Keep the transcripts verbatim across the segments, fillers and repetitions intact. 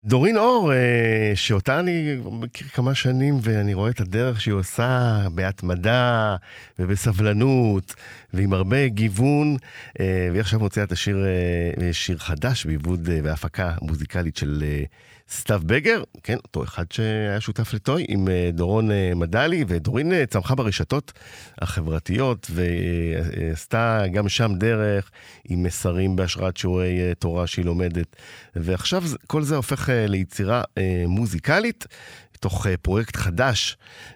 דורין אור, שאותה אני מכיר כמה שנים, ואני רואה את הדרך שהיא עושה בהתמדה ובסבלנות, ועם הרבה גיוון, והיא עכשיו מוציאה את השיר, שיר חדש בעיבוד והפקה מוזיקלית של סתיו בגר, כן, אותו אחד שהיה שותף לטוי, עם דורון מדלי, ודורין צמחה ברשתות החברתיות, ועשתה גם שם דרך עם מסרים בהשראת שיעורי תורה שהיא לומדת, ועכשיו כל זה הופך ליצירה מוזיקלית, תוך פרויקט חדש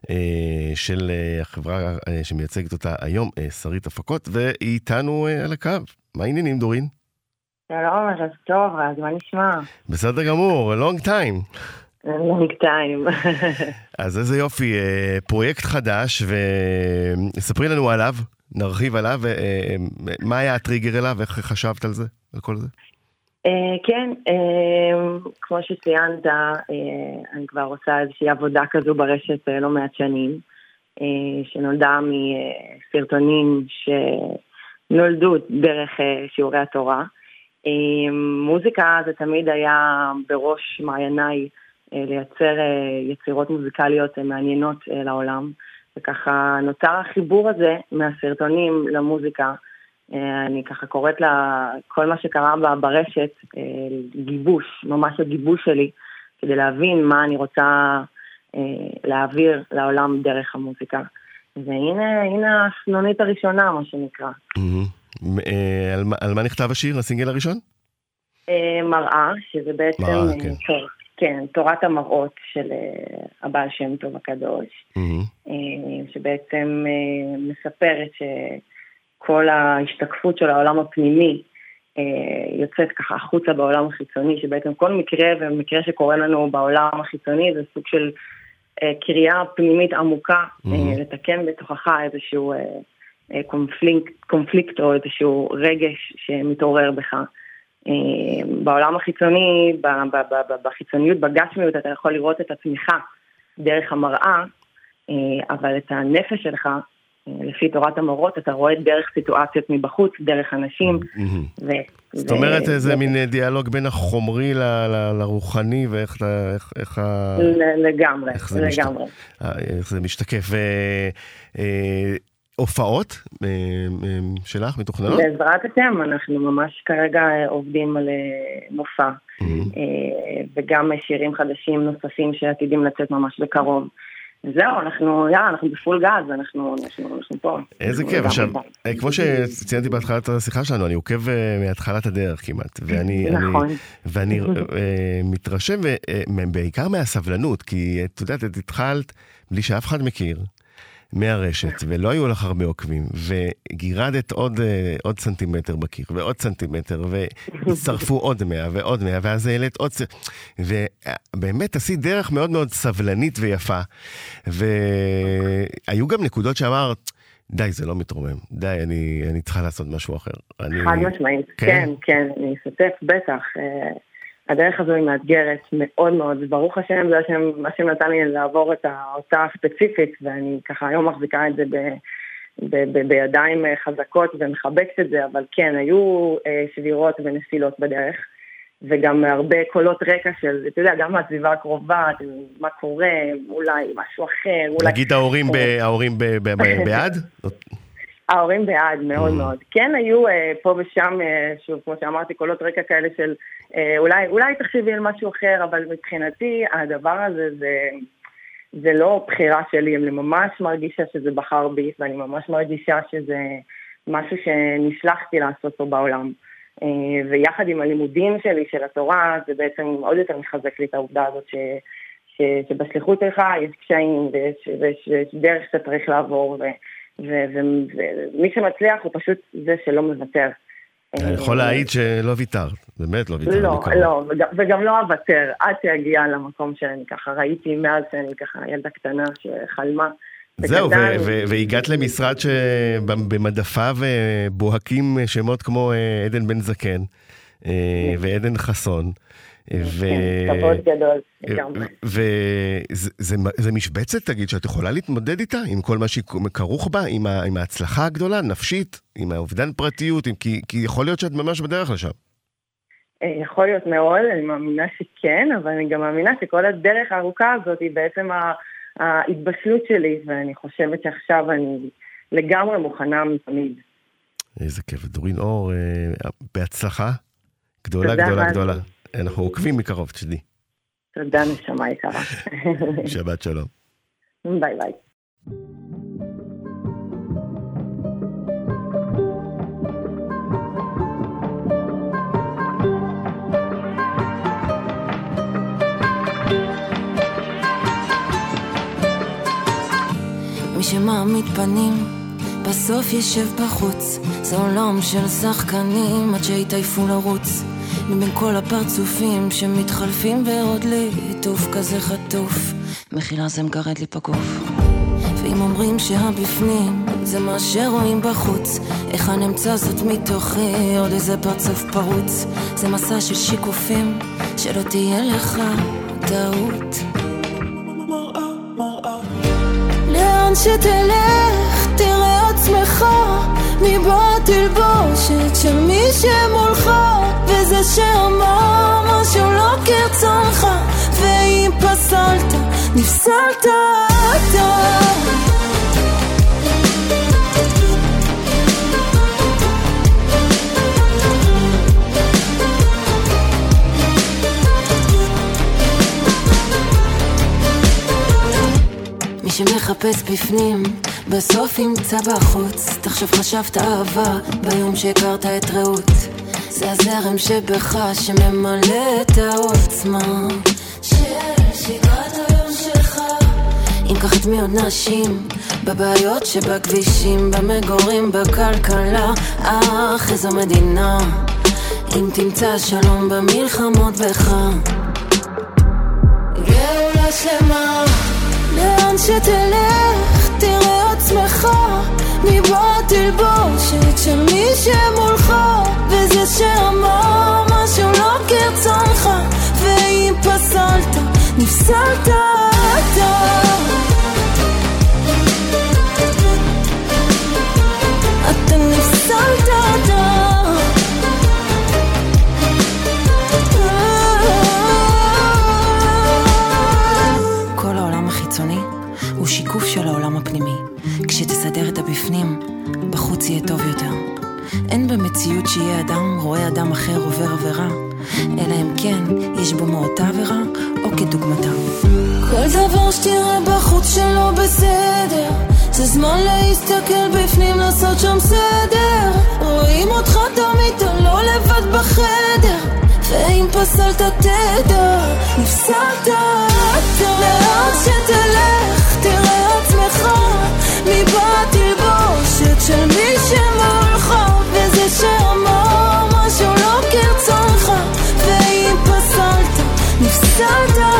של החברה שמייצגת אותה היום, שרית הפקות, והיא איתנו על הקו. מה העניינים, דורין? שלום, אז טוב, אז מה נשמע? בסדר גמור, long time. long time. אז איזה יופי, פרויקט חדש, וספרי לנו עליו, נרחיב עליו, מה היה הטריגר אליו, איך חשבת על זה, על כל זה? כן, כמו שציינת, אני כבר עושה איזושהי עבודה כזו ברשת לא מעט שנים, שנולדה מסרטונים שנולדו דרך שיעורי התורה. מוזיקה זה תמיד היה בראש מעייניי לייצר יצירות מוזיקליות מעניינות לעולם, וככה נוצר החיבור הזה מהסרטונים למוזיקה. אני ככה קוראת לה כל מה שקרה ברשת, גיבוש, ממש הגיבוש שלי, כדי להבין מה אני רוצה להעביר לעולם דרך המוזיקה. והנה, הנה הסנונית הראשונה, מה שנקרא. על מה נכתב השיר, הסינגל הראשון? מראה, שזה בעצם, כן, תורת המראות של הבעל שם טוב הקדוש, שבעצם מספרת ש... כל ההשתקפות של העולם הפנימי יוצאת ככה החוצה בעולם החיצוני, שבעצם כל מקרה ומקרה שקורה לנו בעולם החיצוני זה סוג של קריאה פנימית עמוקה, לתקן בתוכך איזשהו קונפליקט, קונפליקט או איזשהו רגש שמתעורר בך. בעולם החיצוני, בחיצוניות, בגשמיות, אתה יכול לראות את עצמך דרך המראה, אבל את הנפש שלך, לפי תורת המורות, אתה רואה דרך סיטואציות מבחוץ, דרך אנשים. זאת אומרת, זה מין דיאלוג בין החומרי לרוחני, ואיך ה... לגמרי, לגמרי. איך זה משתקף. הופעות שלך מתוכננות? בעזרת השם, אנחנו ממש כרגע עובדים על מופע, וגם שירים חדשים נוספים שעתידים לצאת ממש בקרוב. זהו, אנחנו, יאללה, אנחנו בפול גז, אנחנו, אנחנו, אנחנו פה. איזה כיף, עכשיו, כמו שציינתי בהתחלת השיחה שלנו, אני עוקב מהתחלת הדרך כמעט, ואני, נכון. ואני מתרשם בעיקר מהסבלנות, כי את יודעת, את התחלת בלי שאף אחד מכיר, מהרשת, ולא היו לך הרבה עוקבים, וגירדת עוד, עוד סנטימטר בקיר, ועוד סנטימטר, והצטרפו עוד מאה, ועוד מאה, ואז העלית עוד... ובאמת עשית דרך מאוד מאוד סבלנית ויפה, והיו גם נקודות שאמרת, די, זה לא מתרומם, די, אני, אני צריכה לעשות משהו אחר. אני... חד משמעית, כן, כן, כן, אני אשתף בטח, הדרך הזו היא מאתגרת מאוד מאוד, ברוך השם, זה השם, מה שנתן לי לעבור את אותה ספציפית, ואני ככה היום מחזיקה את זה ב, ב, ב, בידיים חזקות ומחבקת את זה, אבל כן, היו שבירות ונפילות בדרך, וגם הרבה קולות רקע של, אתה יודע, גם מהסביבה הקרובה, מה קורה, אולי משהו אחר, אולי... נגיד ההורים, ב, ההורים ב, ב, ב, בעד? ההורים בעד, מאוד מאוד. כן היו פה ושם, שוב, כמו שאמרתי, קולות רקע כאלה של, אולי, אולי תחשבי על משהו אחר, אבל מבחינתי, הדבר הזה זה, זה לא בחירה שלי, אני ממש מרגישה שזה בחר בי, ואני ממש מרגישה שזה משהו שנשלחתי לעשות פה בעולם. ויחד עם הלימודים שלי של התורה, זה בעצם עוד יותר מחזק לי את העובדה הזאת ש, ש, שבשליחות שלך יש קשיים, ויש, ויש, ויש דרך שאתה צריך לעבור, ו... ומי שמצליח הוא פשוט זה שלא מוותר. אני יכול להעיד שלא ויתרת, באמת לא ויתרת. לא, לא, וגם לא אוותר, עד שהגיעה למקום שאני ככה ראיתי מאז שאני ככה ילדה קטנה שחלמה. זהו, והגעת למשרד שבמדפיו בוהקים שמות כמו עדן בן זקן ועדן חסון. כבוד גדול. וזה משבצת, תגיד, שאת יכולה להתמודד איתה עם כל מה שכרוך בה, עם ההצלחה הגדולה, נפשית, עם האובדן פרטיות, כי יכול להיות שאת ממש בדרך לשם. יכול להיות מאוד, אני מאמינה שכן, אבל אני גם מאמינה שכל הדרך הארוכה הזאת היא בעצם ההתבשלות שלי, ואני חושבת שעכשיו אני לגמרי מוכנה מתמיד. איזה כיף. דורין אור, בהצלחה גדולה גדולה גדולה. אנחנו עוקבים מקרוב, תשדי. תודה נשמה יקרה. שבת שלום. ביי ביי. מי שמעמיד פנים בסוף ישב בחוץ, זה עולם של שחקנים עד שהתעייפו לרוץ מבין כל הפרצופים שמתחלפים ועוד ליטוף כזה חטוף, מחילה זה מגרד לי פגוף. ואם אומרים שהבפנים זה מה שרואים בחוץ, איך הנמצא זאת מתוכי עוד איזה פרצוף פרוץ, זה מסע של שיקופים שלא תהיה לך טעות. לאן שתלך תראה עצמך מבעד תלבושת של מי שמולך, וזה שאמר משהו לא כרצונך, ואם פסלת נפסלת אתה. מי שמחפש בפנים בסוף ימצא בחוץ, תחשוב חשבת אהבה ביום שהכרת את רעות, זה הזרם שבך שממלא את העוצמה של שגרת היום שלך. אם כך את מי עוד נשים בבעיות שבכבישים, במגורים, בכלכלה, אך איזו מדינה אם תמצא שלום במלחמות בך, גאולה שלמה. לאן שתלך תראה עצמך מבעד תלבושת של מי שמולך, וזה שאמר משהו לא כרצונך, ואם פסלת נפסלת אתה. אתה נפסלת אתה. הוא שיקוף של העולם הפנימי. כשתסדר את הבפנים, בחוץ יהיה טוב יותר. אין במציאות שיהיה אדם רואה אדם אחר עובר עבירה, אלא אם כן יש בו מאותה עבירה או כדוגמתה. כל דבר שתראה בחוץ שלא בסדר, זה זמן להסתכל בפנים, לעשות שם סדר. רואים אותך תמיד, אתה לא לבד בחדר, ואם פסלת תדע, נפסלת אתה. לאן שתלך תראה עצמך מבעד תלבושת של מי שמולך, וזה שאמר משהו לא כרצונך, ואם פסלת נפסלת